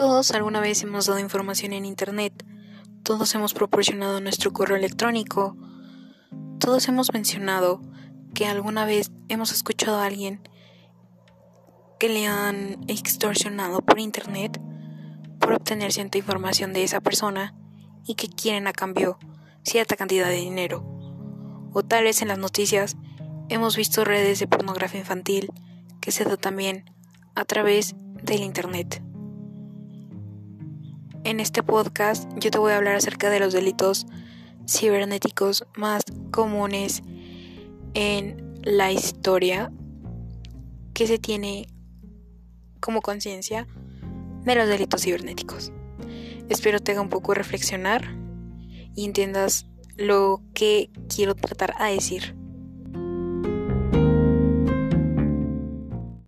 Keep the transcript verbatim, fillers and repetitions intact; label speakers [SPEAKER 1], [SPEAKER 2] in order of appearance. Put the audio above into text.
[SPEAKER 1] Todos alguna vez hemos dado información en internet, todos hemos proporcionado nuestro correo electrónico, todos hemos mencionado que alguna vez hemos escuchado a alguien que le han extorsionado por internet por obtener cierta información de esa persona y que quieren a cambio cierta cantidad de dinero. O tal vez en las noticias hemos visto redes de pornografía infantil que se da también a través del internet. En este podcast yo te voy a hablar acerca de los delitos cibernéticos más comunes en la historia que se tiene como conciencia de los delitos cibernéticos. Espero te haga un poco reflexionar y entiendas lo que quiero tratar a decir.